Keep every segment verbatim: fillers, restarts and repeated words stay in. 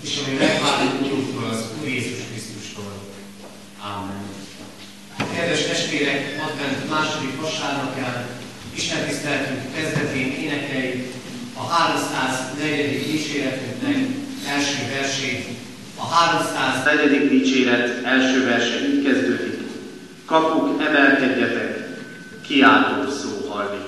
és ami megváltó Úrunktól, az Úr Jézus Krisztustól. Ámen. Kedves testvérek, advent második vasárnapján, Isten tiszteletünk kezdetén énekeljük a háromszáznegyedik dicséretünknek első versét. A háromszáznegyedik dicséret első verse így kezdődik. Kapuk, emelkedjetek, kiáltó szó hallik.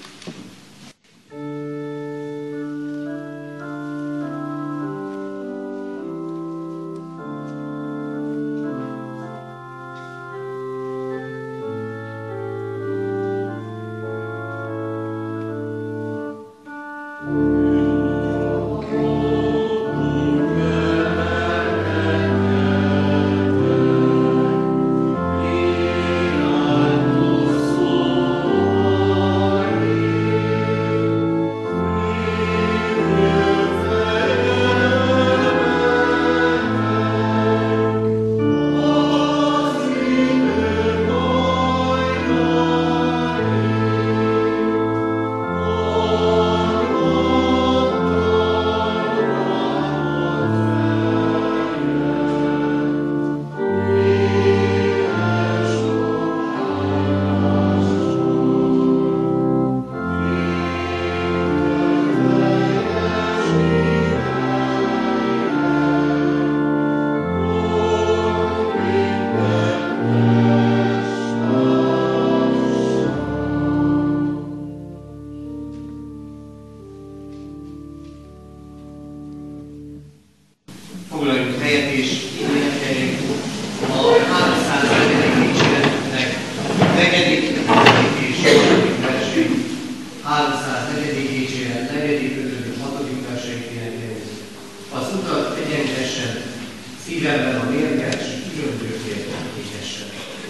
Foglaljunk helyet és énekeljük a háromszáznegyedik dicséretünknek negyedik és hatodik versét. háromszáznegyedik dicséret negyedik, ötödik, hatodik verseit énekeljük. Az utat egyenesen, szívemben a mérget, s különbözőkért égessen.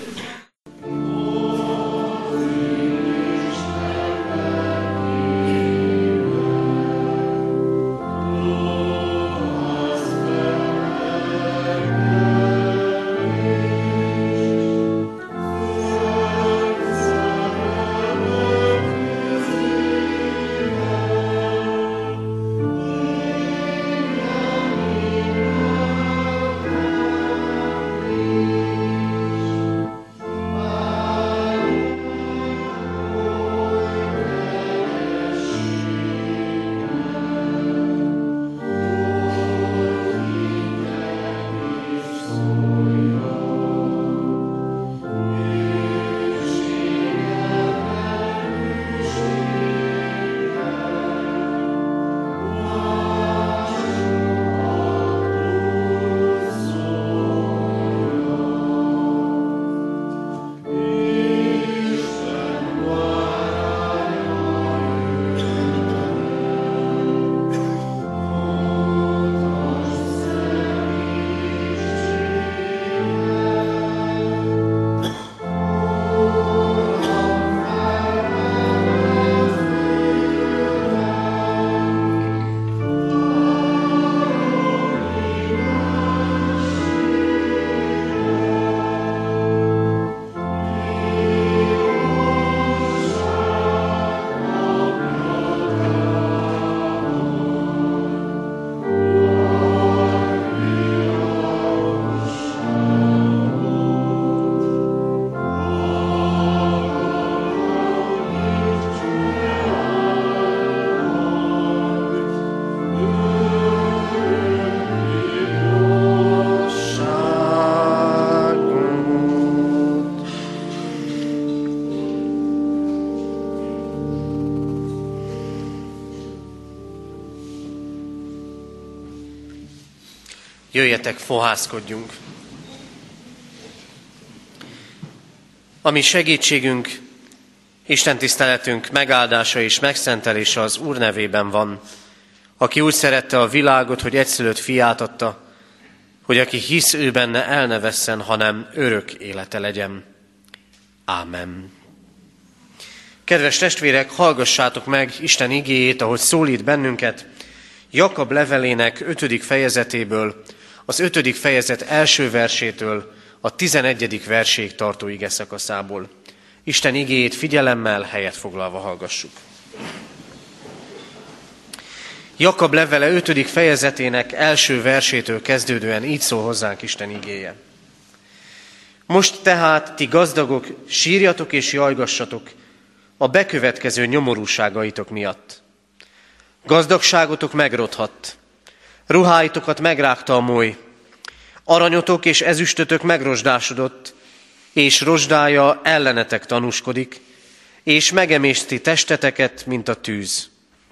Jöjjetek, fohászkodjunk! A mi segítségünk, Isten tiszteletünk megáldása és megszentelése az Úr nevében van, aki úgy szerette a világot, hogy egyszülött fiát adta, hogy aki hisz ő benne, el ne vesszen, hanem örök élete legyen. Ámen. Kedves testvérek, hallgassátok meg Isten igéjét, ahogy szólít bennünket, Jakab levelének ötödik fejezetéből, az ötödik fejezet első versétől a tizenegyedik verséig tartó igeszakaszából. Isten igéjét figyelemmel, helyet foglalva hallgassuk. Jakab levele ötödik fejezetének első versétől kezdődően így szól hozzánk Isten igéje. Most tehát, ti gazdagok, sírjatok és jajgassatok a bekövetkező nyomorúságaitok miatt. Gazdagságotok megrodhatt, ruháitokat megrágta a moly, aranyotok és ezüstötök megrozsdásodott, és rozsdája ellenetek tanúskodik, és megemészti testeteket, mint a tűz.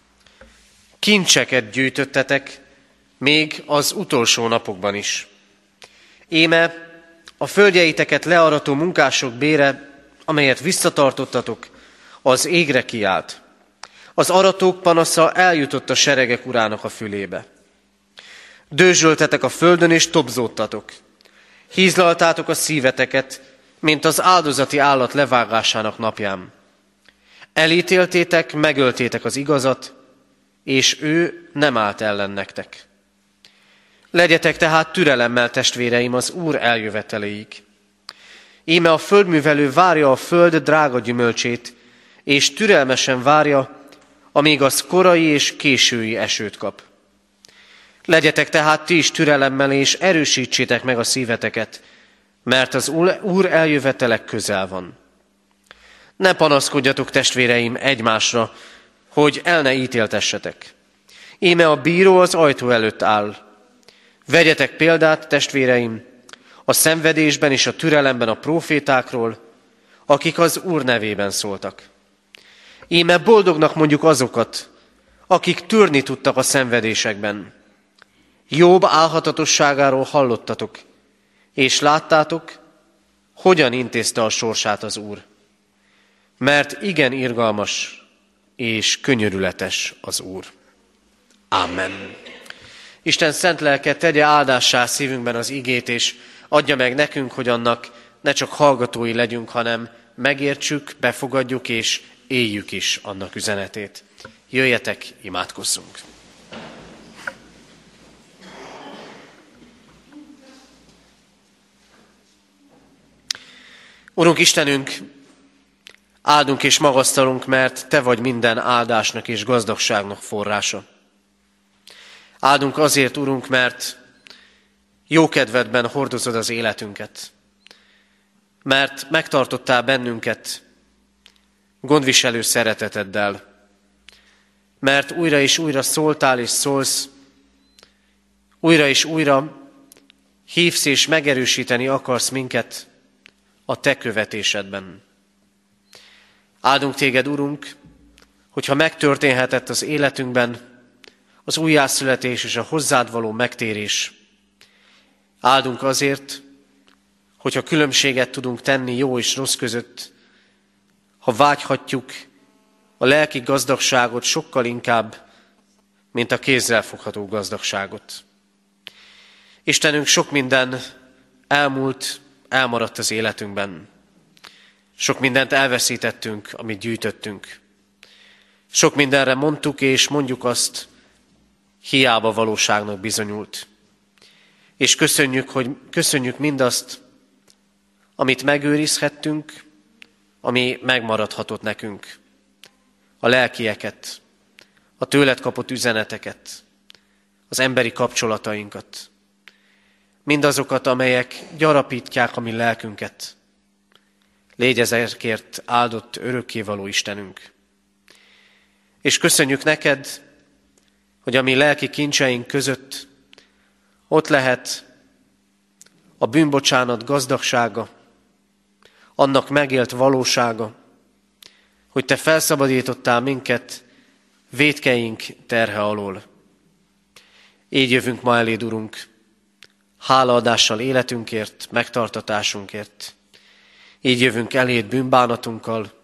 Kincseket gyűjtöttetek, még az utolsó napokban is. Íme a földjeiteket learató munkások bére, amelyet visszatartottatok, az égre kiállt. Az aratók panasza eljutott a seregek urának a fülébe. Dőzsöltetek a földön és tobzódtatok. Hízlaltátok a szíveteket, mint az áldozati állat levágásának napján. Elítéltétek, megöltétek az igazat, és ő nem állt ellen nektek. Legyetek tehát türelemmel, testvéreim, az Úr eljöveteléig. Íme a földművelő várja a föld drága gyümölcsét, és türelmesen várja, amíg az korai és késői esőt kap. Legyetek tehát ti is türelemmel, és erősítsétek meg a szíveteket, mert az Úr eljövetele közel van. Ne panaszkodjatok, testvéreim, egymásra, hogy el ne ítéltessetek. Íme a bíró az ajtó előtt áll. Vegyetek példát, testvéreim, a szenvedésben és a türelemben a prófétákról, akik az Úr nevében szóltak. Íme boldognak mondjuk azokat, akik tűrni tudtak a szenvedésekben. Jobb álhatatosságáról hallottatok, és láttátok, hogyan intézte a sorsát az Úr. Mert igen irgalmas és könyörületes az Úr. Amen. Isten szent lelke tegye áldássá szívünkben az igét, és adja meg nekünk, hogy annak ne csak hallgatói legyünk, hanem megértsük, befogadjuk és éljük is annak üzenetét. Jöjjetek, imádkozzunk! Urunk Istenünk, áldunk és magasztalunk, mert Te vagy minden áldásnak és gazdagságnak forrása. Áldunk azért, Urunk, mert jókedvedben hordozod az életünket, mert megtartottál bennünket gondviselő szereteteddel, mert újra és újra szóltál és szólsz, újra és újra hívsz és megerősíteni akarsz minket a Te követésedben. Áldunk Téged, Urunk, hogyha megtörténhetett az életünkben az újjászületés és a hozzád való megtérés. Áldunk azért, hogyha különbséget tudunk tenni jó és rossz között, ha vágyhatjuk a lelki gazdagságot sokkal inkább, mint a kézzel fogható gazdagságot. Istenünk, sok minden elmúlt, elmaradt az életünkben. Sok mindent elveszítettünk, amit gyűjtöttünk. Sok mindenre mondtuk és mondjuk azt, hiába valóságnak bizonyult. És köszönjük, hogy köszönjük mindazt, amit megőrizhettünk, ami megmaradhatott nekünk. A lelkieket, a tőled kapott üzeneteket, az emberi kapcsolatainkat. Mindazokat, amelyek gyarapítják a mi lelkünket. Légy ezekért áldott örökkévaló Istenünk. És köszönjük neked, hogy a mi lelki kincseink között ott lehet a bűnbocsánat gazdagsága, annak megélt valósága, hogy te felszabadítottál minket vétkeink terhe alól. Így jövünk ma eléd, Urunk, hálaadással életünkért, megtartatásunkért. Így jövünk eléd bűnbánatunkkal,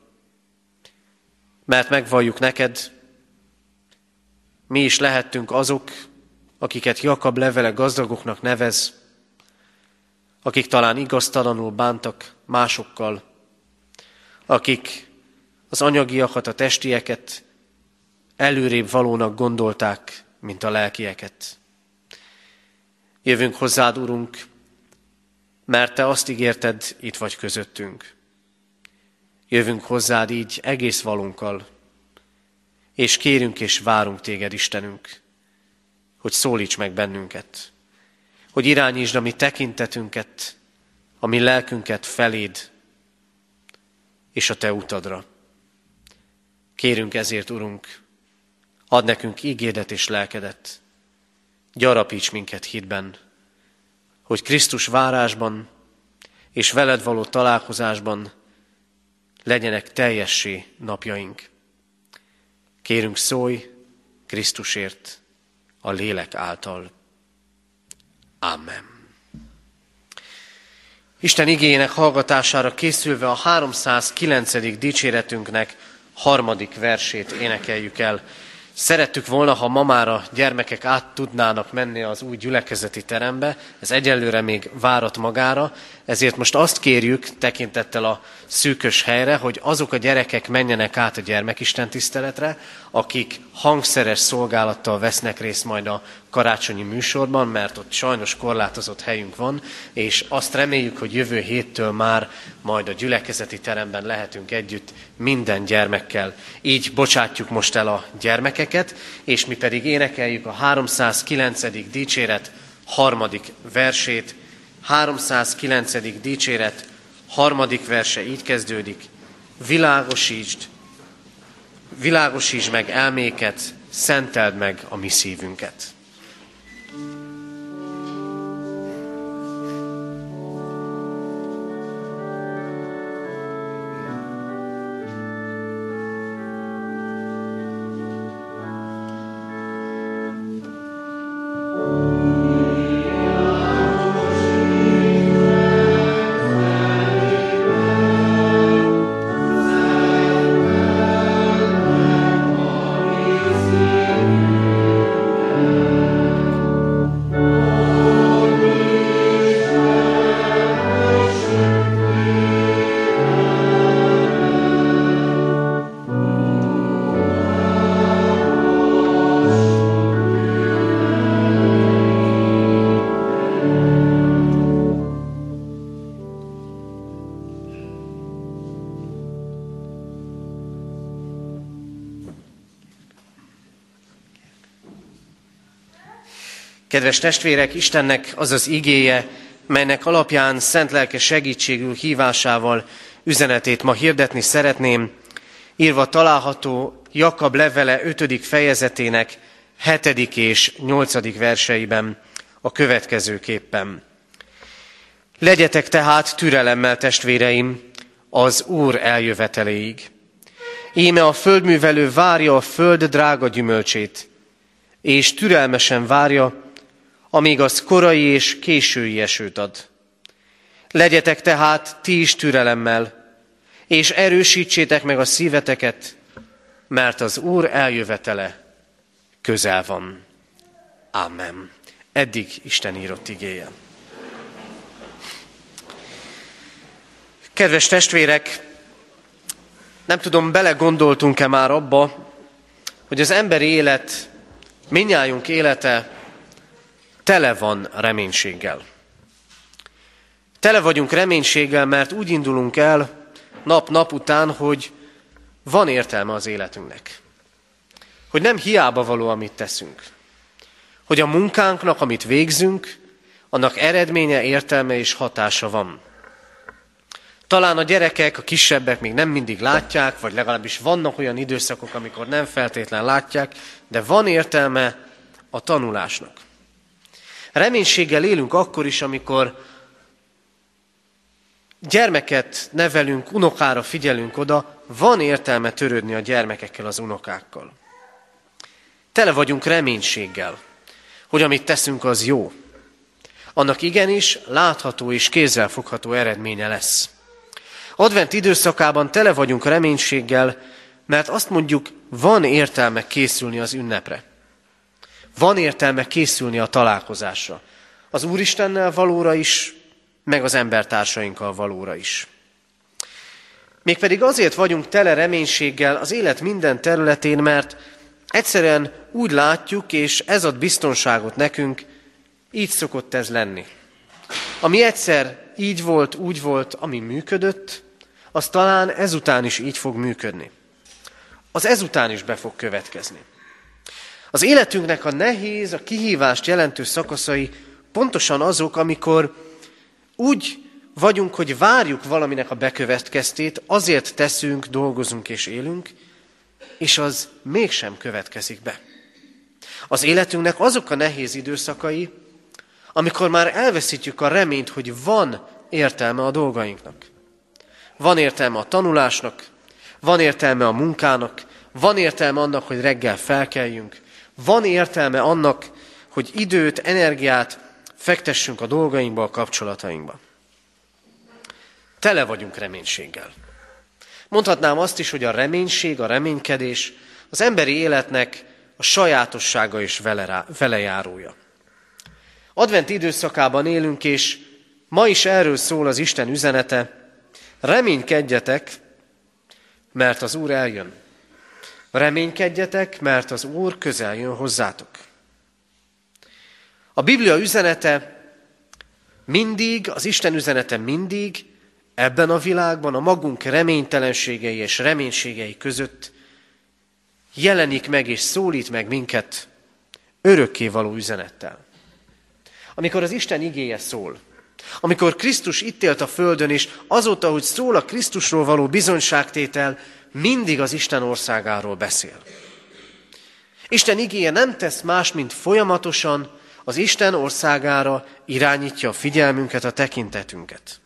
mert megvalljuk neked, mi is lehettünk azok, akiket Jakab levele gazdagoknak nevez, akik talán igaztalanul bántak másokkal, akik az anyagiakat, a testieket előrébb valónak gondolták, mint a lelkieket. Jövünk hozzád, Urunk, mert te azt ígérted, itt vagy közöttünk. Jövünk hozzád így egész valunkkal, és kérünk és várunk téged, Istenünk. hogy szólíts meg bennünket, hogy irányítsd a mi tekintetünket, a mi lelkünket feléd és a te utadra. Kérünk ezért, Urunk, add nekünk ígédet és lelkedet, gyarapíts minket hitben, hogy Krisztus várásban és veled való találkozásban legyenek teljessé napjaink. Kérünk, szólj Krisztusért a lélek által. Amen. Isten igéjének hallgatására készülve a háromszázkilencedik dicséretünknek harmadik versét énekeljük el. Szerettük volna, ha ma már a gyermekek át tudnának menni az új gyülekezeti terembe, ez egyelőre még várat magára, ezért most azt kérjük tekintettel a szűkös helyre, hogy azok a gyerekek menjenek át a gyermekistentiszteletre, akik hangszeres szolgálattal vesznek részt majd a karácsonyi műsorban, mert ott sajnos korlátozott helyünk van, és azt reméljük, hogy jövő héttől már majd a gyülekezeti teremben lehetünk együtt minden gyermekkel. Így bocsátjuk most el a gyermekeket, és mi pedig énekeljük a háromszázkilencedik dicséret harmadik versét. háromszázkilencedik dicséret harmadik verse így kezdődik: Világosítsd, világosítsd meg elméket, szenteld meg a mi szívünket. Kedves testvérek, Istennek az az igéje, melynek alapján szent lelke segítségül hívásával üzenetét ma hirdetni szeretném, írva található Jakab levele ötödik fejezetének hetedik és nyolcadik verseiben a következőképpen. Legyetek tehát türelemmel, testvéreim, az Úr eljöveteléig. Íme a földművelő várja a föld drága gyümölcsét, és türelmesen várja, amíg az korai és késői esőt ad. Legyetek tehát ti is türelemmel, és erősítsétek meg a szíveteket, mert az Úr eljövetele közel van. Amen. Eddig Isten írott igéje. Kedves testvérek, nem tudom, belegondoltunk-e már abba, hogy az emberi élet, mindnyájunk élete tele van reménységgel. Tele vagyunk reménységgel, mert úgy indulunk el nap-nap után, hogy van értelme az életünknek. Hogy nem hiába való, amit teszünk. Hogy a munkánknak, amit végzünk, annak eredménye, értelme és hatása van. Talán a gyerekek, a kisebbek még nem mindig látják, vagy legalábbis vannak olyan időszakok, amikor nem feltétlen látják, de van értelme a tanulásnak. Reménységgel élünk akkor is, amikor gyermeket nevelünk, unokára figyelünk oda, van értelme törődni a gyermekekkel, az unokákkal. Tele vagyunk reménységgel, hogy amit teszünk, az jó. Annak igenis látható és kézzelfogható eredménye lesz. Advent időszakában tele vagyunk reménységgel, mert azt mondjuk, van értelme készülni az ünnepre. Van értelme készülni a találkozásra. Az Úristennel valóra is, meg az embertársainkkal valóra is. Mégpedig azért vagyunk tele reménységgel az élet minden területén, mert egyszerűen úgy látjuk, és ez ad biztonságot nekünk, így szokott ez lenni. Ami egyszer így volt, úgy volt, ami működött, az talán ezután is így fog működni. Az ezután is be fog következni. Az életünknek a nehéz, a kihívást jelentő szakaszai pontosan azok, amikor úgy vagyunk, hogy várjuk valaminek a bekövetkeztét, azért teszünk, dolgozunk és élünk, és az mégsem következik be. Az életünknek azok a nehéz időszakai, amikor már elveszítjük a reményt, hogy van értelme a dolgainknak. Van értelme a tanulásnak, van értelme a munkának, van értelme annak, hogy reggel felkeljünk, van értelme annak, hogy időt, energiát fektessünk a dolgainkba, a kapcsolatainkba. Tele vagyunk reménységgel. Mondhatnám azt is, hogy a reménység, a reménykedés az emberi életnek a sajátossága és vele, velejárója. Advent időszakában élünk, és ma is erről szól az Isten üzenete: reménykedjetek, mert az Úr eljön. Reménykedjetek, mert az Úr közel jön hozzátok. A Biblia üzenete mindig, az Isten üzenete mindig ebben a világban, a magunk reménytelenségei és reménységei között jelenik meg és szólít meg minket örökkévaló üzenettel. Amikor az Isten igéje szól, amikor Krisztus itt élt a földön, és azóta, hogy szól a Krisztusról való bizonyságtétel, mindig az Isten országáról beszél. Isten igéje nem tesz más, mint folyamatosan az Isten országára irányítja a figyelmünket, a tekintetünket.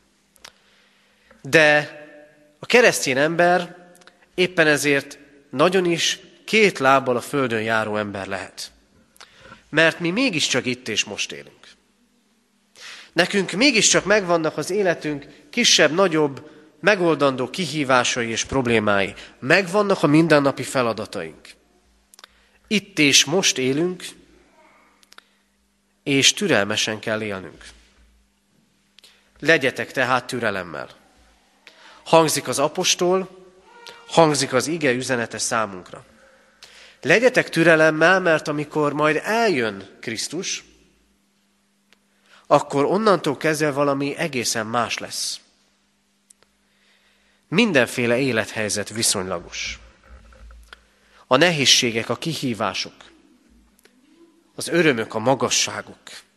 De a keresztény ember éppen ezért nagyon is két lábbal a földön járó ember lehet. Mert mi mégiscsak itt és most élünk. Nekünk mégiscsak megvannak az életünk kisebb-nagyobb megoldandó kihívásai és problémái. Megvannak a mindennapi feladataink. Itt és most élünk, és türelmesen kell élnünk. Legyetek tehát türelemmel. Hangzik az apostol, hangzik az ige üzenete számunkra. Legyetek türelemmel, mert amikor majd eljön Krisztus, akkor onnantól kezdve valami egészen más lesz. Mindenféle élethelyzet viszonylagos. A nehézségek, a kihívások, az örömök, a magasságok.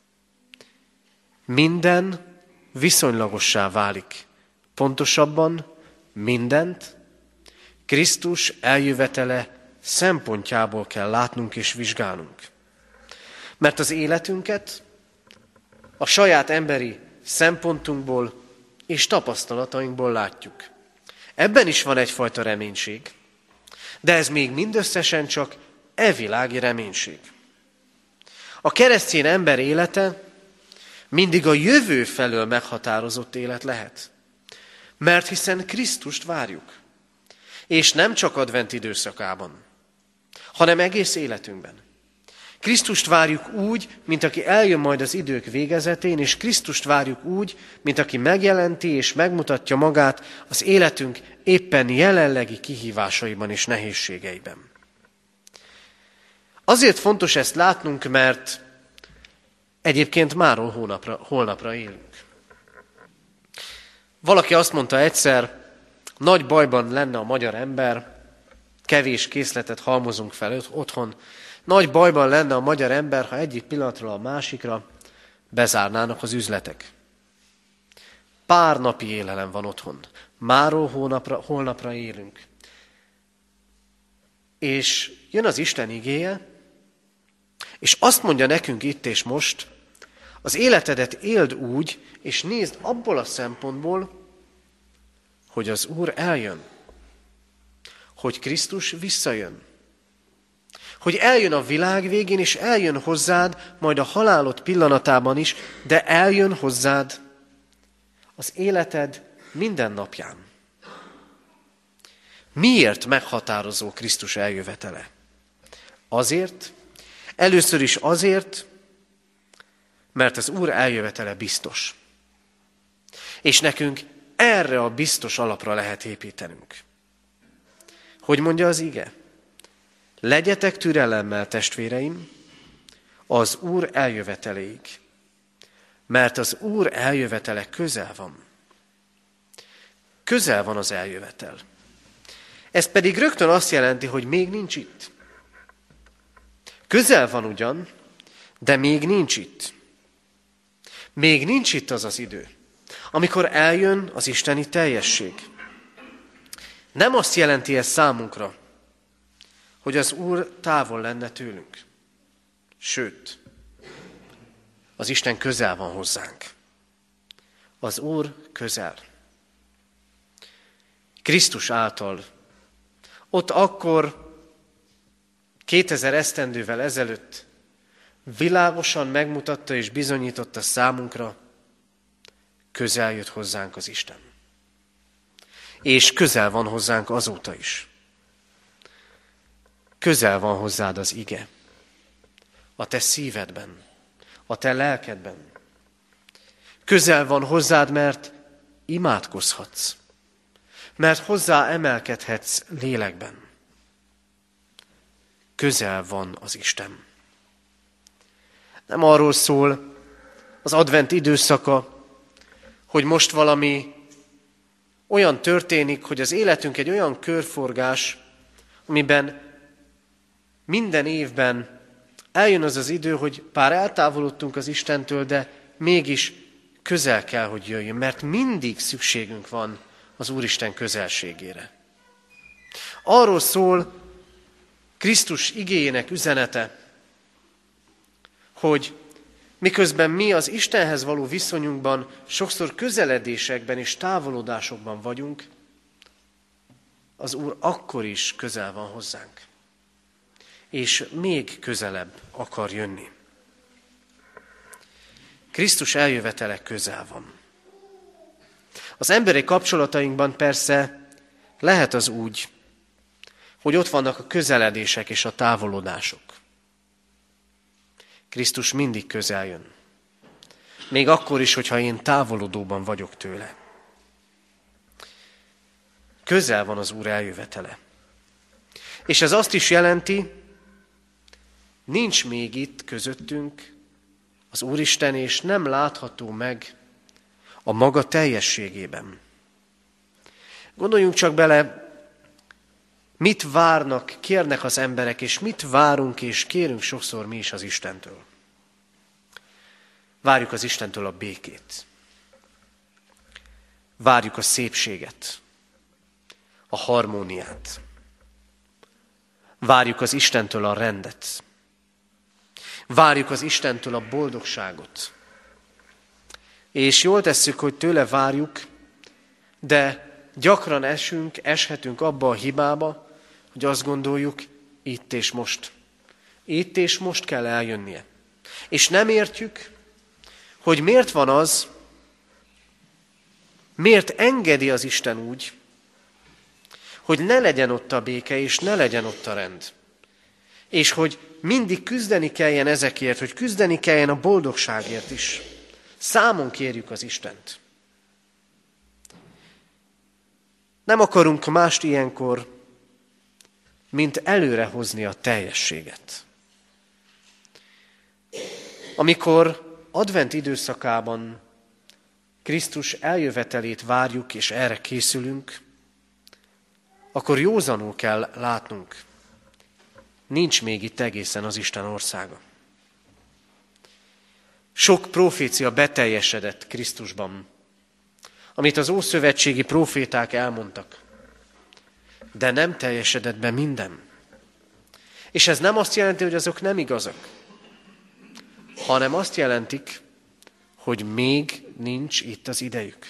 Minden viszonylagossá válik. Pontosabban mindent Krisztus eljövetele szempontjából kell látnunk és vizsgálnunk. Mert az életünket a saját emberi szempontunkból és tapasztalatainkból látjuk. Ebben is van egyfajta reménység, de ez még mindösszesen csak evilági reménység. A keresztény ember élete mindig a jövő felől meghatározott élet lehet. Mert hiszen Krisztust várjuk. És nem csak advent időszakában, hanem egész életünkben. Krisztust várjuk úgy, mint aki eljön majd az idők végezetén, és Krisztust várjuk úgy, mint aki megjelenti és megmutatja magát az életünk éppen jelenlegi kihívásaiban és nehézségeiben. Azért fontos ezt látnunk, mert egyébként máról hónapra, holnapra élünk. Valaki azt mondta egyszer, nagy bajban lenne a magyar ember, kevés készletet halmozunk fel otthon, nagy bajban lenne a magyar ember, ha egyik pillanatról a másikra bezárnának az üzletek. Pár napi élelem van otthon. Máról hónapra, holnapra élünk. És jön az Isten igéje, és azt mondja nekünk itt és most, az életedet éld úgy, és nézd abból a szempontból, hogy az Úr eljön, hogy Krisztus visszajön, hogy eljön a világ végén, és eljön hozzád, majd a halálod pillanatában is, de eljön hozzád az életed minden napján. Miért meghatározó Krisztus eljövetele? Azért, először is azért, mert az Úr eljövetele biztos. És nekünk erre a biztos alapra lehet építenünk. Hogy mondja az ige? Legyetek türelemmel, testvéreim, az Úr eljöveteléig, mert az Úr eljövetele közel van. Közel van az eljövetel. Ez pedig rögtön azt jelenti, hogy még nincs itt. Közel van ugyan, de még nincs itt. Még nincs itt az az idő, amikor eljön az isteni teljesség. Nem azt jelenti ez számunkra, hogy az Úr távol lenne tőlünk. Sőt, az Isten közel van hozzánk. Az Úr közel. Krisztus által. Ott akkor, kétezer esztendővel ezelőtt világosan megmutatta és bizonyította számunkra, közel jött hozzánk az Isten. És közel van hozzánk azóta is. Közel van hozzád az ige. A te szívedben, a te lelkedben. Közel van hozzád, mert imádkozhatsz. Mert hozzá emelkedhetsz lélekben. Közel van az Isten. Nem arról szól az advent időszaka, hogy most valami olyan történik, hogy az életünk egy olyan körforgás, amiben minden évben eljön az az idő, hogy bár eltávolodtunk az Istentől, de mégis közel kell, hogy jöjjön, mert mindig szükségünk van az Úristen közelségére. Arról szól Krisztus igéjének üzenete, hogy miközben mi az Istenhez való viszonyunkban sokszor közeledésekben és távolodásokban vagyunk, az Úr akkor is közel van hozzánk. És még közelebb akar jönni. Krisztus eljövetele közel van. Az emberi kapcsolatainkban persze lehet az úgy, hogy ott vannak a közeledések és a távolodások. Krisztus mindig közel jön. Még akkor is, hogyha én távolodóban vagyok tőle. Közel van az Úr eljövetele. És ez azt is jelenti, nincs még itt közöttünk az Úristen, és nem látható meg a maga teljességében. Gondoljunk csak bele, mit várnak, kérnek az emberek, és mit várunk és kérünk sokszor mi is az Istentől. Várjuk az Istentől a békét. Várjuk a szépséget, a harmóniát. Várjuk az Istentől a rendet. Várjuk az Istentől a boldogságot. És jól tesszük, hogy tőle várjuk, de gyakran esünk, eshetünk abba a hibába, hogy azt gondoljuk, itt és most. Itt és most kell eljönnie. És nem értjük, hogy miért van az, miért engedi az Isten úgy, hogy ne legyen ott a béke, és ne legyen ott a rend. És hogy mindig küzdeni kelljen ezekért, hogy küzdeni kelljen a boldogságért is. Számon kérjük az Istent. Nem akarunk mást ilyenkor, mint előrehozni a teljességet. Amikor advent időszakában Krisztus eljövetelét várjuk, és erre készülünk, akkor józanul kell látnunk, nincs még itt egészen az Isten országa. Sok profécia beteljesedett Krisztusban, amit az ószövetségi proféták elmondtak, de nem teljesedett be minden. És ez nem azt jelenti, hogy azok nem igazak, hanem azt jelentik, hogy még nincs itt az idejük.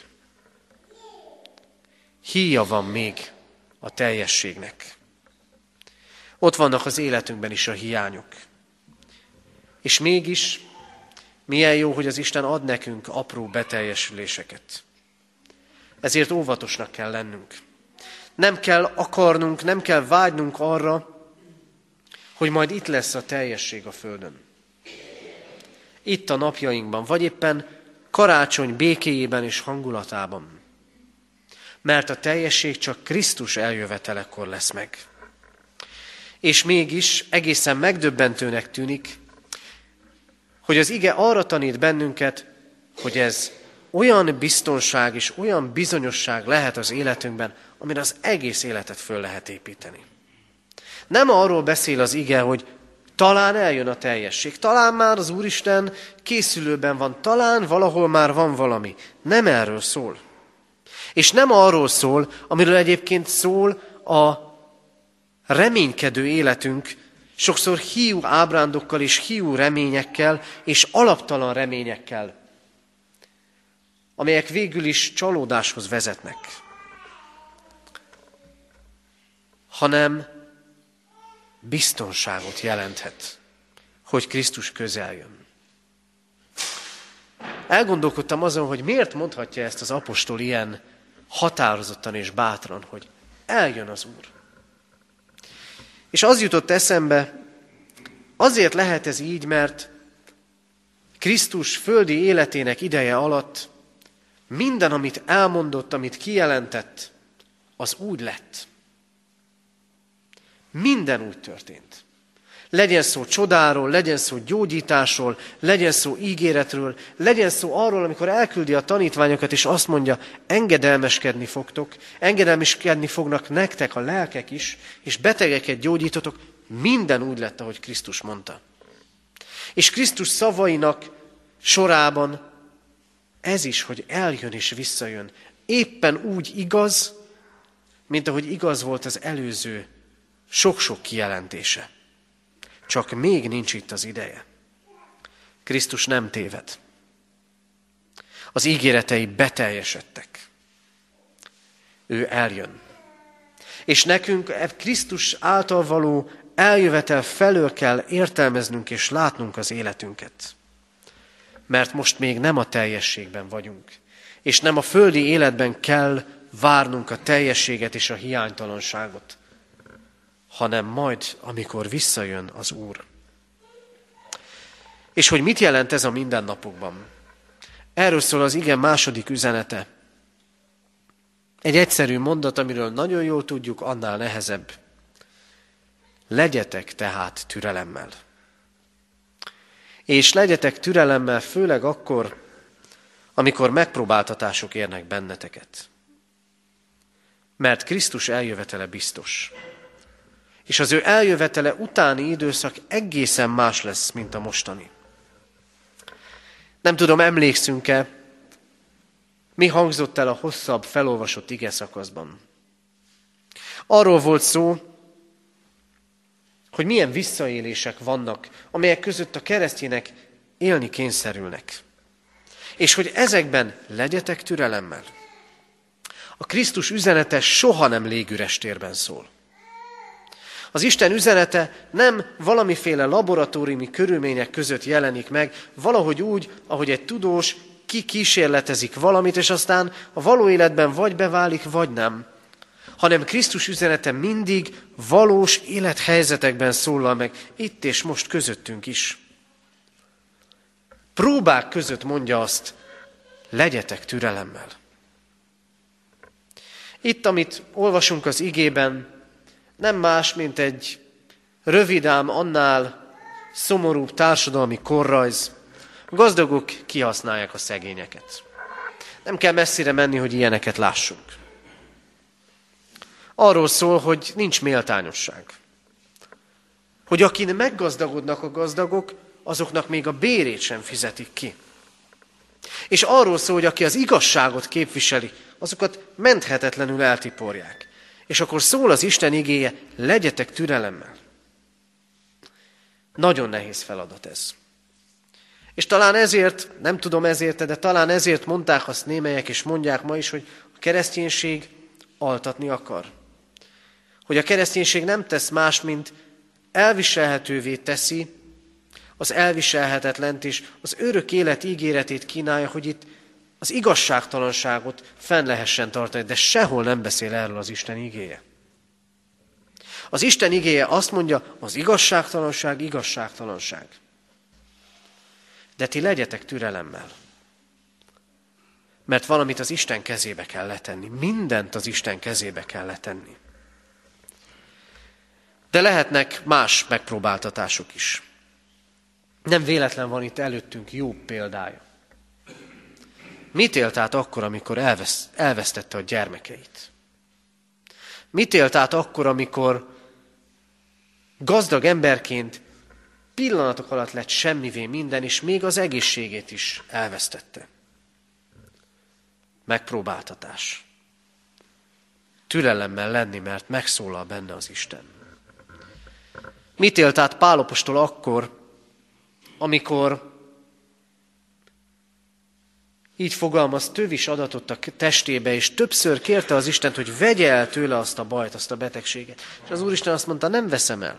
Híja van még a teljességnek. Ott vannak az életünkben is a hiányok. És mégis milyen jó, hogy az Isten ad nekünk apró beteljesüléseket. Ezért óvatosnak kell lennünk. Nem kell akarnunk, nem kell vágynunk arra, hogy majd itt lesz a teljesség a földön. Itt a napjainkban, vagy éppen karácsony békéjében és hangulatában. Mert a teljesség csak Krisztus eljövetelekor lesz meg. És mégis egészen megdöbbentőnek tűnik, hogy az ige arra tanít bennünket, hogy ez olyan biztonság és olyan bizonyosság lehet az életünkben, amin az egész életet föl lehet építeni. Nem arról beszél az ige, hogy Talán eljön a teljesség, talán már az Úristen készülőben van, talán valahol már van valami. Nem erről szól. És nem arról szól, amiről egyébként szól a reménykedő életünk, sokszor hiú ábrándokkal és hiú reményekkel és alaptalan reményekkel, amelyek végül is csalódáshoz vezetnek, hanem biztonságot jelenthet, hogy Krisztus közel jön. Elgondolkodtam azon, hogy miért mondhatja ezt az apostol ilyen határozottan és bátran, hogy eljön az Úr. És az jutott eszembe, azért lehet ez így, mert Krisztus földi életének ideje alatt minden, amit elmondott, amit kijelentett, az úgy lett. Minden úgy történt. Legyen szó csodáról, legyen szó gyógyításról, legyen szó ígéretről, legyen szó arról, amikor elküldi a tanítványokat, és azt mondja, engedelmeskedni fogtok, engedelmeskedni fognak nektek a lelkek is, és betegeket gyógyítotok, minden úgy lett, ahogy Krisztus mondta. És Krisztus szavainak sorában ez is, hogy eljön és visszajön, éppen úgy igaz, mint ahogy igaz volt az előző sok-sok kijelentése. Csak még nincs itt az ideje. Krisztus nem téved. Az ígéretei beteljesedtek. Ő eljön. És nekünk Krisztus által való eljövetel felől kell értelmeznünk és látnunk az életünket. Mert most még nem a teljességben vagyunk. És nem a földi életben kell várnunk a teljességet és a hiánytalanságot, hanem majd, amikor visszajön az Úr. És hogy mit jelent ez a mindennapokban? Erről szól az ige második üzenete. Egy egyszerű mondat, amiről nagyon jól tudjuk, annál nehezebb. Legyetek tehát türelemmel. És legyetek türelemmel főleg akkor, amikor megpróbáltatások érnek benneteket. Mert Krisztus eljövetele biztos. És az ő eljövetele utáni időszak egészen más lesz, mint a mostani. Nem tudom, emlékszünk-e, mi hangzott el a hosszabb felolvasott ige szakaszban. Arról volt szó, hogy milyen visszaélések vannak, amelyek között a keresztjének élni kényszerülnek. És hogy ezekben legyetek türelemmel. A Krisztus üzenete soha nem légüres térben szól. Az Isten üzenete nem valamiféle laboratóriumi körülmények között jelenik meg, valahogy úgy, ahogy egy tudós kikísérletezik valamit, és aztán a való életben vagy beválik, vagy nem. Hanem Krisztus üzenete mindig valós élethelyzetekben szólal meg, itt és most közöttünk is. Próbák között mondja azt, legyetek türelemmel. Itt, amit olvasunk az igében, nem más, mint egy rövid, ám annál szomorúbb társadalmi korrajz. A gazdagok kihasználják a szegényeket. Nem kell messzire menni, hogy ilyeneket lássunk. Arról szól, hogy nincs méltányosság. Hogy akin meggazdagodnak a gazdagok, azoknak még a bérét sem fizetik ki. És arról szól, hogy aki az igazságot képviseli, azokat menthetetlenül eltiporják. És akkor szól az Isten igéje, legyetek türelemmel. Nagyon nehéz feladat ez. És talán ezért, nem tudom ezért, de talán ezért mondták azt némelyek, és mondják ma is, hogy a kereszténység altatni akar. Hogy a kereszténység nem tesz más, mint elviselhetővé teszi az elviselhetetlent, és az örök élet ígéretét kínálja, hogy itt az igazságtalanságot fenn lehessen tartani, de sehol nem beszél erről az Isten igéje. Az Isten igéje azt mondja, az igazságtalanság, igazságtalanság. De ti legyetek türelemmel. Mert valamit az Isten kezébe kell letenni. Mindent az Isten kezébe kell letenni. De lehetnek más megpróbáltatások is. Nem véletlen van itt előttünk Jobb példája. Mit élt át akkor, amikor elvesz, elvesztette a gyermekeit? Mit élt át akkor, amikor gazdag emberként pillanatok alatt lett semmivé minden, és még az egészségét is elvesztette. Megpróbáltatás. Türelemmel lenni, mert megszólal benne az Isten. Mit élt át Pál apostol akkor, amikor így fogalmaz, tövis adatot a testébe, és többször kérte az Istent, hogy vegye el tőle azt a bajt, azt a betegséget. És az Úristen azt mondta, nem veszem el.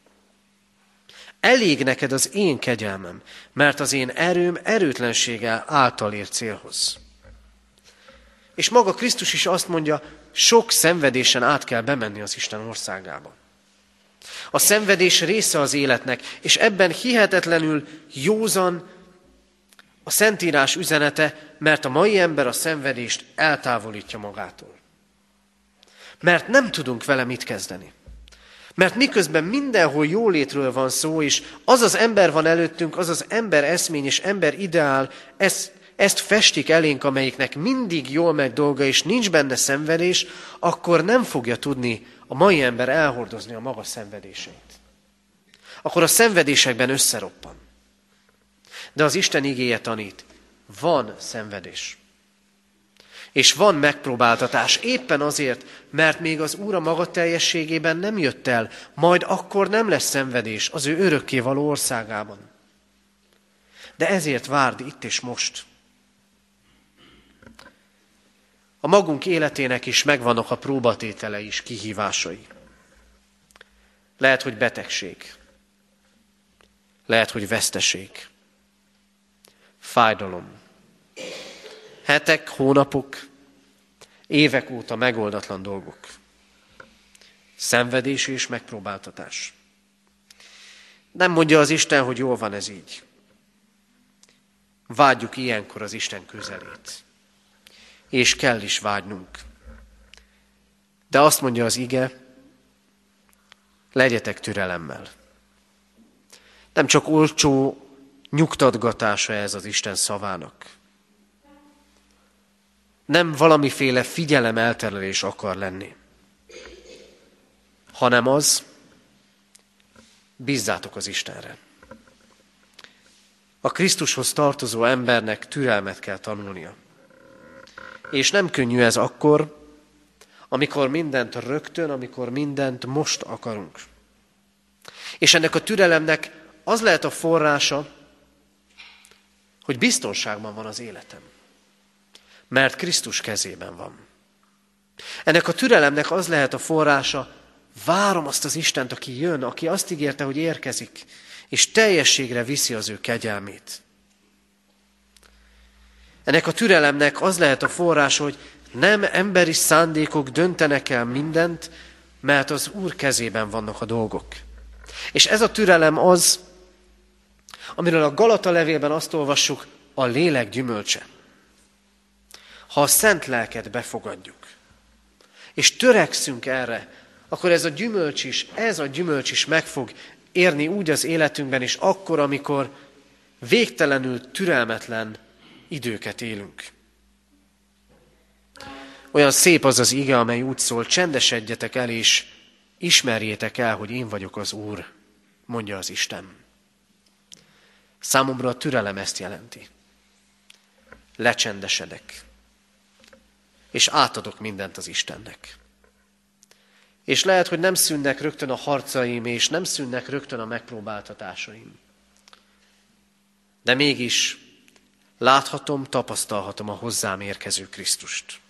Elég neked az én kegyelmem, mert az én erőm erőtlensége által ér célhoz. És maga Krisztus is azt mondja, sok szenvedésen át kell bemenni az Isten országába. A szenvedés része az életnek, és ebben hihetetlenül józan a Szentírás üzenete, mert a mai ember a szenvedést eltávolítja magától. Mert nem tudunk vele mit kezdeni. Mert miközben mindenhol jólétről van szó, és az az ember van előttünk, az az ember eszmény és ember ideál, ezt, ezt festik elénk, amelyiknek mindig jól megy dolga, és nincs benne szenvedés, akkor nem fogja tudni a mai ember elhordozni a maga szenvedéseit. Akkor a szenvedésekben összeroppan. De az Isten igéje tanít, van szenvedés. És van megpróbáltatás éppen azért, mert még az Úr a maga teljességében nem jött el, majd akkor nem lesz szenvedés az ő örökkévaló országában. De ezért várd itt és most. A magunk életének is megvannak a próbatételei és kihívásai. Lehet, hogy betegség. Lehet, hogy veszteség. Fájdalom. Hetek, hónapok, évek óta megoldatlan dolgok. Szenvedés és megpróbáltatás. Nem mondja az Isten, hogy jól van ez így. Vágyjuk ilyenkor az Isten közelét. És kell is vágynunk. De azt mondja az ige, legyetek türelemmel. Nem csak olcsó nyugtatgatása ez az Isten szavának. Nem valamiféle figyelem elterelés akar lenni, hanem az, bízzátok az Istenre. A Krisztushoz tartozó embernek türelmet kell tanulnia. És nem könnyű ez akkor, amikor mindent rögtön, amikor mindent most akarunk. És ennek a türelemnek az lehet a forrása, hogy biztonságban van az életem. Mert Krisztus kezében van. Ennek a türelemnek az lehet a forrása, várom azt az Istent, aki jön, aki azt ígérte, hogy érkezik, és teljességre viszi az ő kegyelmét. Ennek a türelemnek az lehet a forrása, hogy nem emberi szándékok döntenek el mindent, mert az Úr kezében vannak a dolgok. És ez a türelem az, amiről a Galata levélben azt olvassuk, a lélek gyümölcse. Ha a szent lelket befogadjuk, és törekszünk erre, akkor ez a gyümölcs is, ez a gyümölcs is meg fog érni úgy az életünkben, és akkor, amikor végtelenül türelmetlen időket élünk. Olyan szép az az ige, amely úgy szól, csendesedjetek el, és ismerjétek el, hogy én vagyok az Úr, mondja az Isten. Számomra a türelem ezt jelenti. Lecsendesedek, és átadok mindent az Istennek. És lehet, hogy nem szűnnek rögtön a harcaim, és nem szűnnek rögtön a megpróbáltatásaim. De mégis láthatom, tapasztalhatom a hozzám érkező Krisztust.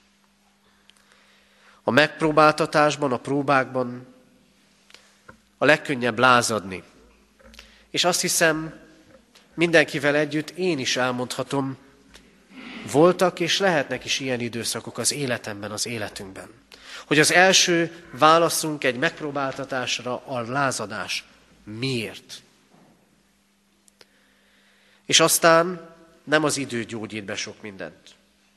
A megpróbáltatásban, a próbákban a legkönnyebb lázadni. És azt hiszem, mindenkivel együtt én is elmondhatom, voltak és lehetnek is ilyen időszakok az életemben, az életünkben. Hogy az első válaszunk egy megpróbáltatásra a lázadás. Miért? És aztán nem az idő gyógyít be sok mindent,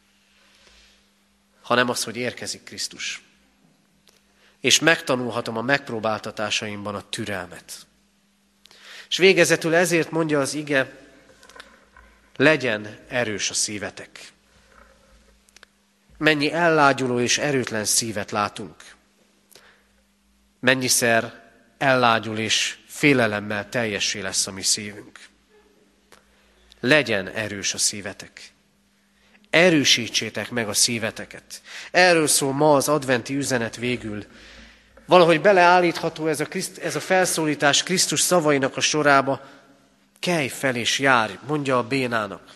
hanem az, hogy érkezik Krisztus. És megtanulhatom a megpróbáltatásaimban a türelmet. És végezetül ezért mondja az ige, legyen erős a szívetek. Mennyi ellágyuló és erőtlen szívet látunk. Mennyiszer ellágyul és félelemmel teljessé lesz a mi szívünk. Legyen erős a szívetek. Erősítsétek meg a szíveteket. Erről szól ma az adventi üzenet végül. Valahogy beleállítható ez a, Kriszt, ez a felszólítás Krisztus szavainak a sorába. Kelj fel és járj, mondja a bénának.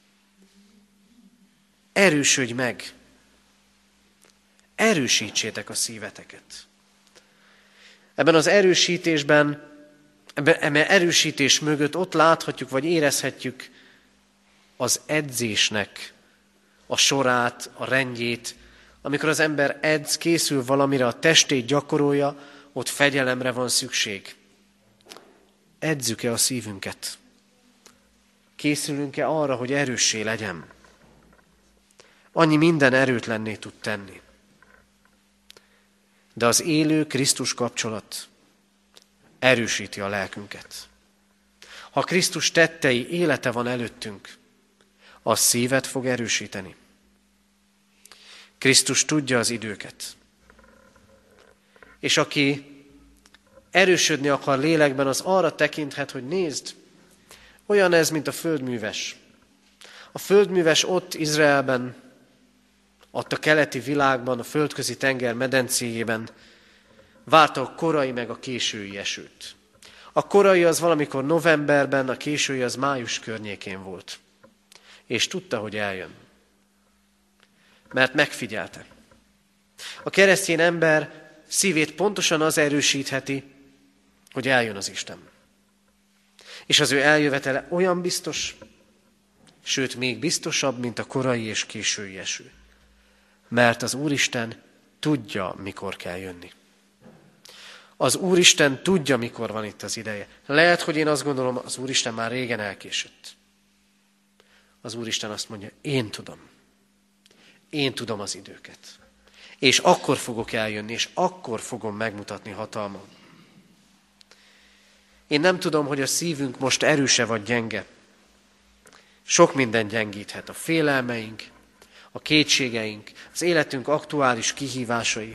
Erősödj meg. Erősítsétek a szíveteket. Ebben az erősítésben, ebben erősítés mögött ott láthatjuk, vagy érezhetjük az edzésnek a sorát, a rendjét. Amikor az ember edz, készül valamire, a testét gyakorolja, ott fegyelemre van szükség. Edzük-e a szívünket? Készülünk-e arra, hogy erőssé legyen? Annyi minden erőtlenné tud tenni. De az élő Krisztus kapcsolat erősíti a lelkünket. Ha Krisztus tettei, élete van előttünk, az szívet fog erősíteni. Krisztus tudja az időket. És aki erősödni akar lélekben, az arra tekinthet, hogy nézd, olyan ez, mint a földműves. A földműves ott Izraelben, ott a keleti világban, a földközi tenger medencéjében várta a korai meg a késői esőt. A korai az valamikor novemberben, a késői az május környékén volt. És tudta, hogy eljön. Mert megfigyelte. A keresztény ember szívét pontosan az erősítheti, hogy eljön az Isten. És az ő eljövetele olyan biztos, sőt még biztosabb, mint a korai és késői eső. Mert az Úristen tudja, mikor kell jönni. Az Úristen tudja, mikor van itt az ideje. Lehet, hogy én azt gondolom, az Úristen már régen elkésett. Az Úristen azt mondja, én tudom. Én tudom az időket. És akkor fogok eljönni, és akkor fogom megmutatni hatalmam. Én nem tudom, hogy a szívünk most erőse vagy gyenge. Sok minden gyengíthet. A félelmeink, a kétségeink, az életünk aktuális kihívásai.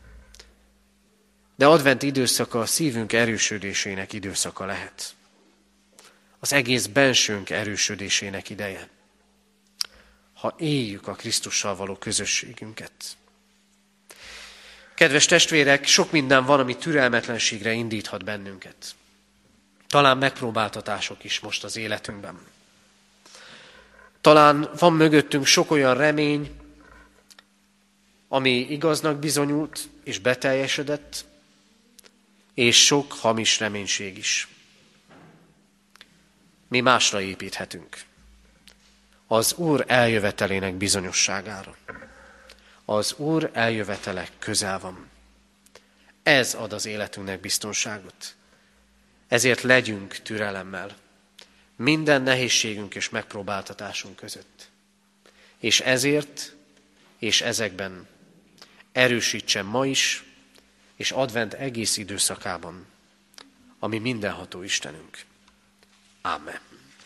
De advent időszaka a szívünk erősödésének időszaka lehet. Az egész bensőnk erősödésének ideje. Ha éljük a Krisztussal való közösségünket. Kedves testvérek, sok minden van, ami türelmetlenségre indíthat bennünket. Talán megpróbáltatások is most az életünkben. Talán van mögöttünk sok olyan remény, ami igaznak bizonyult és beteljesedett, és sok hamis reménység is. Mi másra építhetünk. Az Úr eljövetelének bizonyosságára. Az Úr eljövetele közel van. Ez ad az életünknek biztonságot. Ezért legyünk türelemmel minden nehézségünk és megpróbáltatásunk között. És ezért és ezekben erősítsen ma is, és advent egész időszakában, ami mindenható Istenünk. Ámen.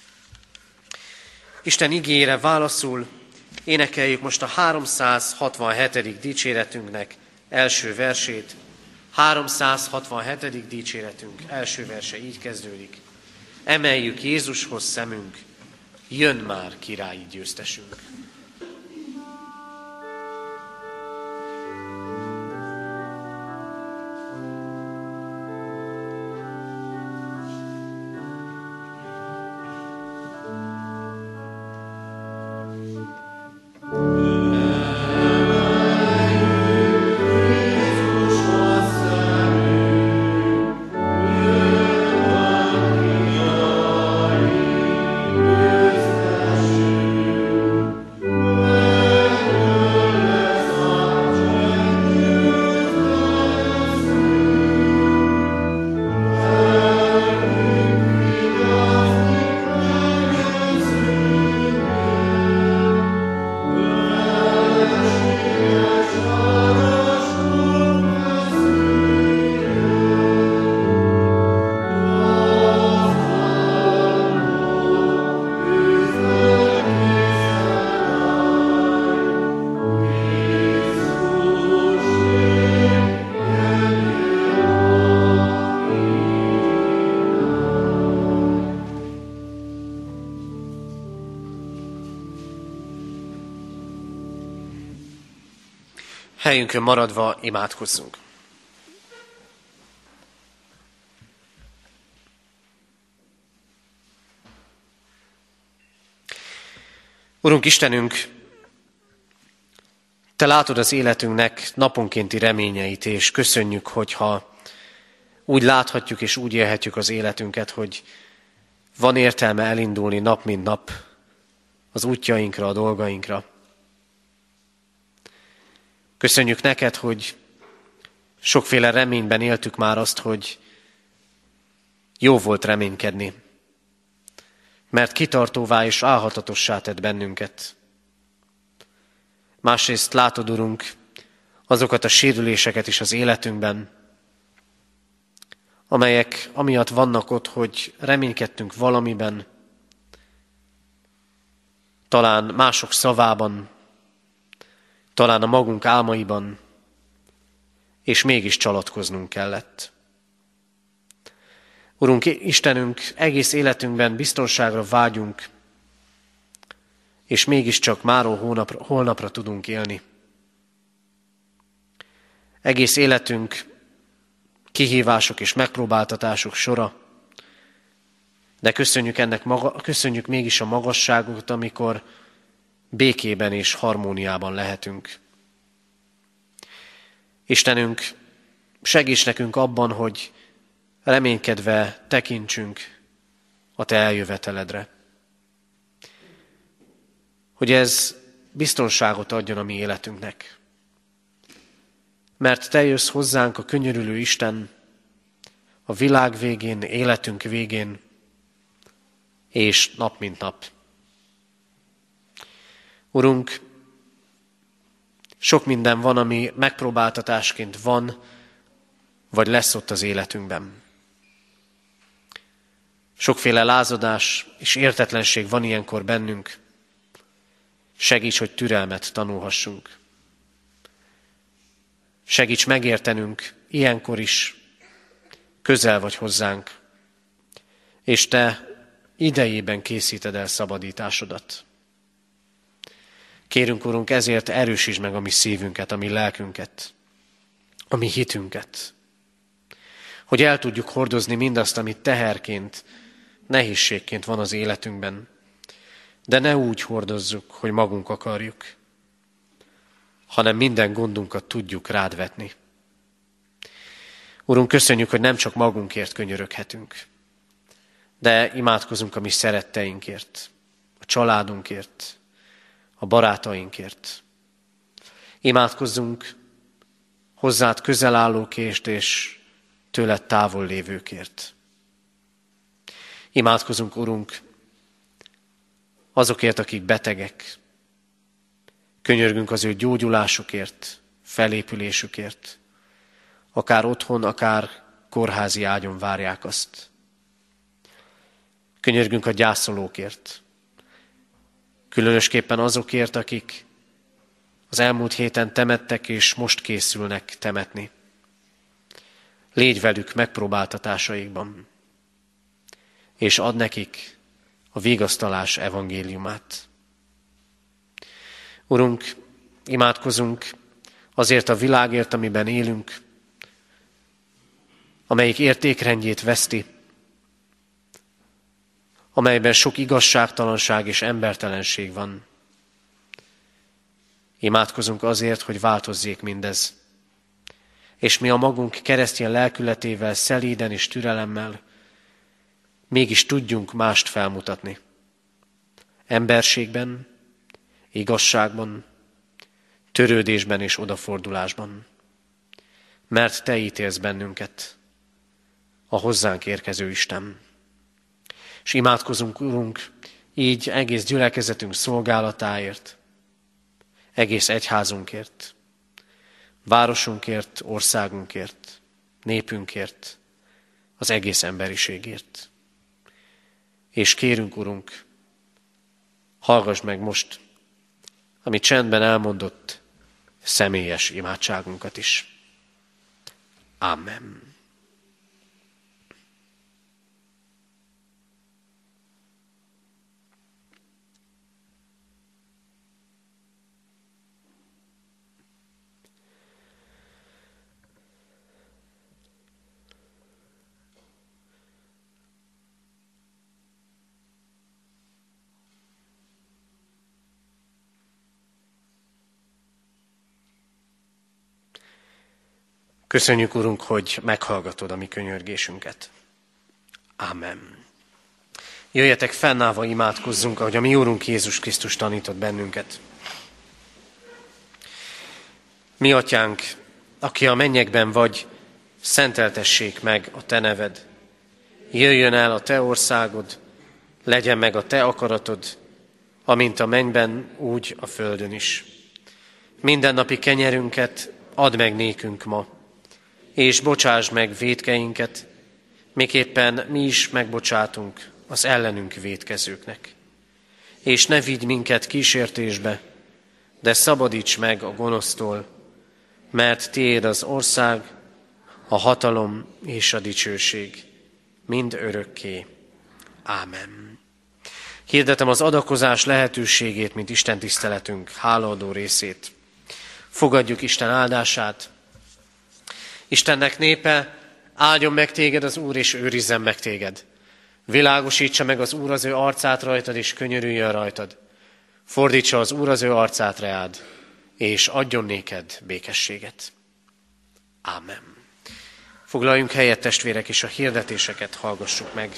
Isten igéjére válaszul énekeljük most a háromszázhatvanhetedik dicséretünknek első versét. háromszázhatvanhetedik dicséretünk első verse így kezdődik. Emeljük Jézushoz szemünk, jön már királyi győztesünk. Thank you. Helyünkön maradva imádkozzunk. Urunk Istenünk, Te látod az életünknek naponkénti reményeit, és köszönjük, hogyha úgy láthatjuk és úgy élhetjük az életünket, hogy van értelme elindulni nap mint nap az útjainkra, a dolgainkra. Köszönjük neked, hogy sokféle reményben éltük már azt, hogy jó volt reménykedni, mert kitartóvá és álhatatossá tett bennünket. Másrészt látod, Urunk, azokat a sérüléseket is az életünkben, amelyek amiatt vannak ott, hogy reménykedtünk valamiben, talán mások szavában, talán a magunk álmaiban, és mégis csalatkoznunk kellett. Urunk Istenünk, egész életünkben biztonságra vágyunk, és mégiscsak máról holnapra, holnapra tudunk élni. Egész életünk kihívások és megpróbáltatások sora, de köszönjük ennek maga, köszönjük mégis a magasságot, amikor békében és harmóniában lehetünk. Istenünk, segíts nekünk abban, hogy reménykedve tekintsünk a Te eljöveteledre. Hogy ez biztonságot adjon a mi életünknek. Mert Te jössz hozzánk, a könyörülő Isten, a világ végén, életünk végén, és nap mint nap. Urunk, sok minden van, ami megpróbáltatásként van, vagy lesz ott az életünkben. Sokféle lázadás és értetlenség van ilyenkor bennünk. Segíts, hogy türelmet tanulhassunk. Segíts megértenünk ilyenkor is, közel vagy hozzánk, és Te idejében készíted el szabadításodat. Kérünk, Urunk, ezért erősítsd meg a mi szívünket, a mi lelkünket, a mi hitünket, hogy el tudjuk hordozni mindazt, amit teherként, nehézségként van az életünkben, de ne úgy hordozzuk, hogy magunk akarjuk, hanem minden gondunkat tudjuk rád vetni. Urunk, köszönjük, hogy nem csak magunkért könyöröghetünk, de imádkozunk a mi szeretteinkért, a családunkért, a barátainkért. Imádkozzunk hozzád közel állókért és tőled távol lévőkért. Imádkozunk, Urunk, azokért, akik betegek. Könyörgünk az ő gyógyulásukért, felépülésükért. Akár otthon, akár kórházi ágyon várják azt. Könyörgünk a gyászolókért. Különösképpen azokért, akik az elmúlt héten temettek, és most készülnek temetni. Légy velük megpróbáltatásaikban, és add nekik a vigasztalás evangéliumát. Urunk, imádkozunk azért a világért, amiben élünk, amelyik értékrendjét veszti, amelyben sok igazságtalanság és embertelenség van. Imádkozunk azért, hogy változzék mindez, és mi a magunk keresztény lelkületével, szelíden és türelemmel mégis tudjunk mást felmutatni. Emberségben, igazságban, törődésben és odafordulásban. Mert Te ítélsz bennünket, a hozzánk érkező Isten. És imádkozunk, Urunk, így egész gyülekezetünk szolgálatáért, egész egyházunkért, városunkért, országunkért, népünkért, az egész emberiségért. És kérünk, Urunk, hallgass meg most, ami csendben elmondott személyes imádságunkat is. Amen. Köszönjük, Urunk, hogy meghallgatod a mi könyörgésünket. Ámen. Jöjjetek, fennállva imádkozzunk, ahogy a mi Úrunk Jézus Krisztus tanított bennünket. Mi Atyánk, aki a mennyekben vagy, szenteltessék meg a Te neved. Jöjjön el a Te országod, legyen meg a Te akaratod, amint a mennyben, úgy a földön is. Mindennapi kenyerünket add meg nékünk ma, és bocsásd meg vétkeinket, miképpen mi is megbocsátunk az ellenünk vétkezőknek. És ne vigy minket kísértésbe, de szabadíts meg a gonosztól, mert tiéd az ország, a hatalom és a dicsőség, mind örökké. Ámen. Hirdetem az adakozás lehetőségét, mint Isten tiszteletünk hálaadó részét. Fogadjuk Isten áldását. Istennek népe, áldjon meg téged az Úr, és őrizzen meg téged. Világosítsa meg az Úr az ő arcát rajtad, és könyörüljön rajtad. Fordítsa az Úr az ő arcát reád, és adjon néked békességet. Ámen. Foglaljunk helyet, testvérek, és a hirdetéseket hallgassuk meg.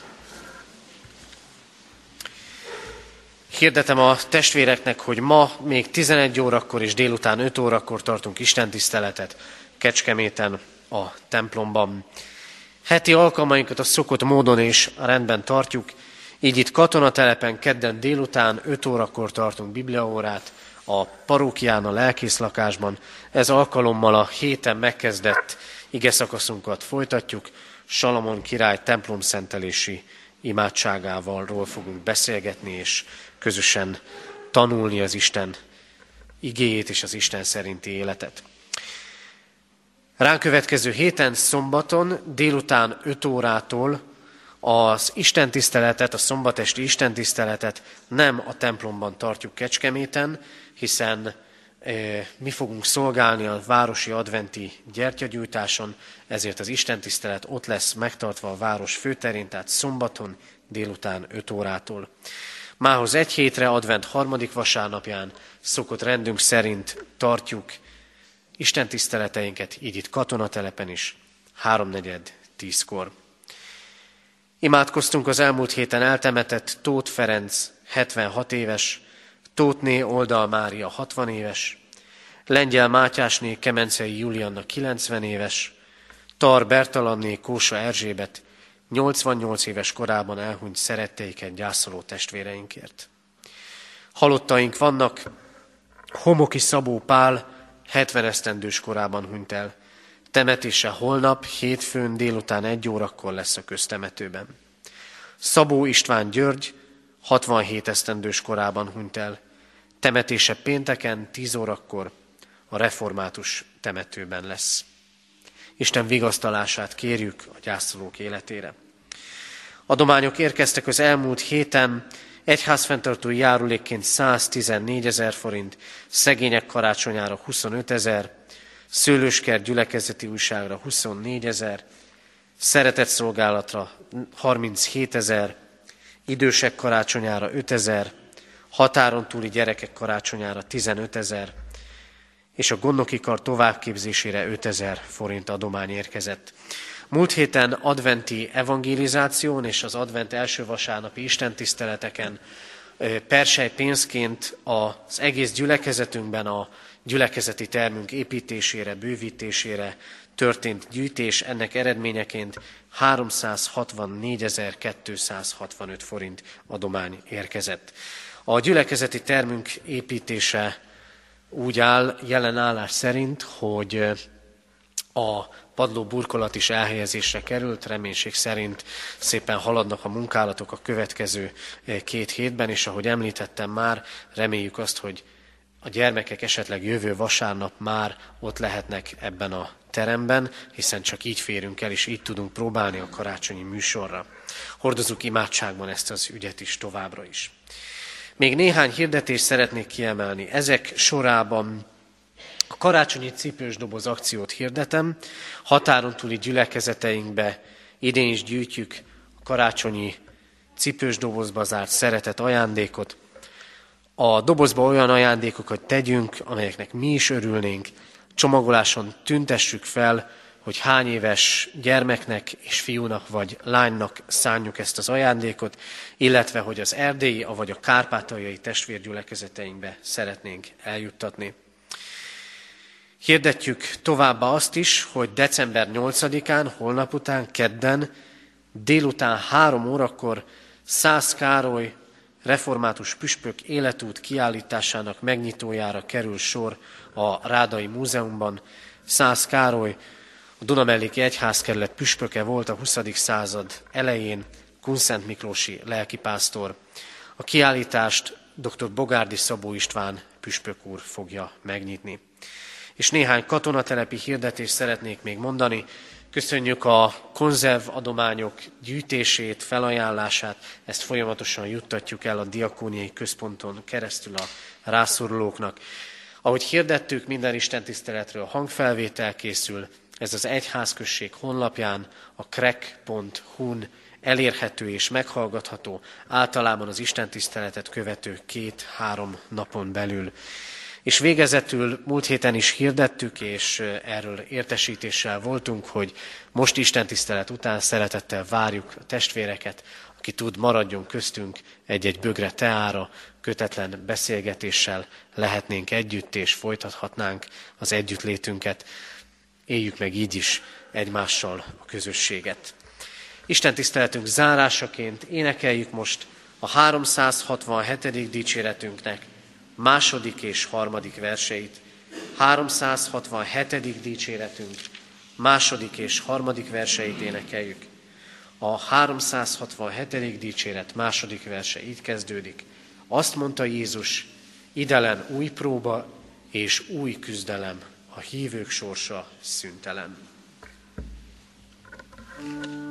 Hirdetem a testvéreknek, hogy ma még tizenegy órakor és délután öt órakor tartunk istentiszteletet Kecskeméten, a templomban. Heti alkalmainkat a szokott módon és rendben tartjuk, így itt katonatelepen kedden délután öt órakor tartunk bibliaórát, a parókián, a lelkészlakásban. Ez alkalommal a héten megkezdett igeszakaszunkat folytatjuk, Salamon király templomszentelési imádságával fogunk beszélgetni, és közösen tanulni az Isten igéjét és az Isten szerinti életet. Ránk következő héten, szombaton, délután öt órától az istentiszteletet, a szombatesti istentiszteletet nem a templomban tartjuk Kecskeméten, hiszen e, mi fogunk szolgálni a városi adventi gyertyagyújtáson, ezért az istentisztelet ott lesz megtartva a város főterén, tehát szombaton, délután öt órától. Mához egy hétre, advent harmadik vasárnapján szokott rendünk szerint tartjuk istentiszteleteinket, így itt katonatelepen is, háromnegyed tízkor. Imádkoztunk az elmúlt héten eltemetett Tóth Ferenc, hetvenhat éves, Tóthné Oldal Mária, hatvan éves, Lengyel Mátyásné Kemencei Julianna, kilencven éves, Tar Bertalanné Kósa Erzsébet, nyolcvannyolc éves korában elhunyt szeretteiket gyászoló testvéreinkért. Halottaink vannak, Homoki Szabó Pál hetven esztendős korában hunyt el. Temetése holnap, hétfőn délután egy órakor lesz a köztemetőben. Szabó István György hatvanhét esztendős korában hunyt el. Temetése pénteken tíz órakor a református temetőben lesz. Isten vigasztalását kérjük a gyászolók életére. Adományok érkeztek az elmúlt héten, egyházfenntartói járulékként száztizennégyezer forint, szegények karácsonyára huszonötezer, Szőlőskert gyülekezeti újságra huszonnégyezer, szeretetszolgálatra harminchétezer, idősek karácsonyára ötezer, határon túli gyerekek karácsonyára tizenötezer, és a gondnoki kar továbbképzésére ötezer forint adomány érkezett. Múlt héten adventi evangelizáción és az advent első vasárnapi istentiszteleteken persely pénzként az egész gyülekezetünkben a gyülekezeti termünk építésére, bővítésére történt gyűjtés, ennek eredményeként háromszázhatvannégyezer-kétszázhatvanöt forint adomány érkezett. A gyülekezeti termünk építése úgy áll, jelen állás szerint, hogy a padló burkolat is elhelyezésre került, reménység szerint szépen haladnak a munkálatok a következő két hétben, és ahogy említettem már, reméljük azt, hogy a gyermekek esetleg jövő vasárnap már ott lehetnek ebben a teremben, hiszen csak így férünk el, és így tudunk próbálni a karácsonyi műsorra. Hordozzuk imádságban ezt az ügyet is továbbra is. Még néhány hirdetést szeretnék kiemelni. Ezek sorában a karácsonyi cipős doboz akciót hirdetem. Határon túli gyülekezeteinkbe idén is gyűjtjük a karácsonyi cipős dobozba zárt szeretet ajándékot. A dobozba olyan ajándékokat tegyünk, amelyeknek mi is örülnénk, csomagoláson tüntessük fel, hogy hány éves gyermeknek és fiúnak vagy lánynak szánjuk ezt az ajándékot, illetve hogy az erdélyi, avagy a kárpátaljai testvérgyülekezeteinkbe szeretnénk eljuttatni. Hirdetjük továbbá azt is, hogy december nyolcadikán, holnap után, kedden, délután három órakor Szász Károly református püspök életút kiállításának megnyitójára kerül sor a Rádai Múzeumban. Szász Károly a Dunamelléki Egyházkerület püspöke volt a huszadik század elején, Kunszent Miklósi lelkipásztor. A kiállítást dr. Bogárdi Szabó István püspök úr fogja megnyitni. És néhány katonatelepi hirdetést szeretnék még mondani. Köszönjük a konzervadományok gyűjtését, felajánlását, ezt folyamatosan juttatjuk el a diakóniai központon keresztül a rászorulóknak. Ahogy hirdettük, minden istentiszteletről hangfelvétel készül, ez az egyházközség honlapján, a krek pont hu-n elérhető és meghallgatható, általában az istentiszteletet követő két-három napon belül. És végezetül múlt héten is hirdettük, és erről értesítéssel voltunk, hogy most istentisztelet után szeretettel várjuk a testvéreket, aki tud, maradjon köztünk egy-egy bögre teára, kötetlen beszélgetéssel lehetnénk együtt, és folytathatnánk az együttlétünket. Éljük meg így is egymással a közösséget. Istentiszteletünk zárásaként énekeljük most a háromszázhatvanhetedik dicséretünknek második és harmadik verseit. háromszázhatvanhetedik dicséretünk második és harmadik verseit énekeljük. A háromszázhatvanhetedik dicséret második verse így kezdődik. Azt mondta Jézus, idelen új próba és új küzdelem, a hívők sorsa szüntelen.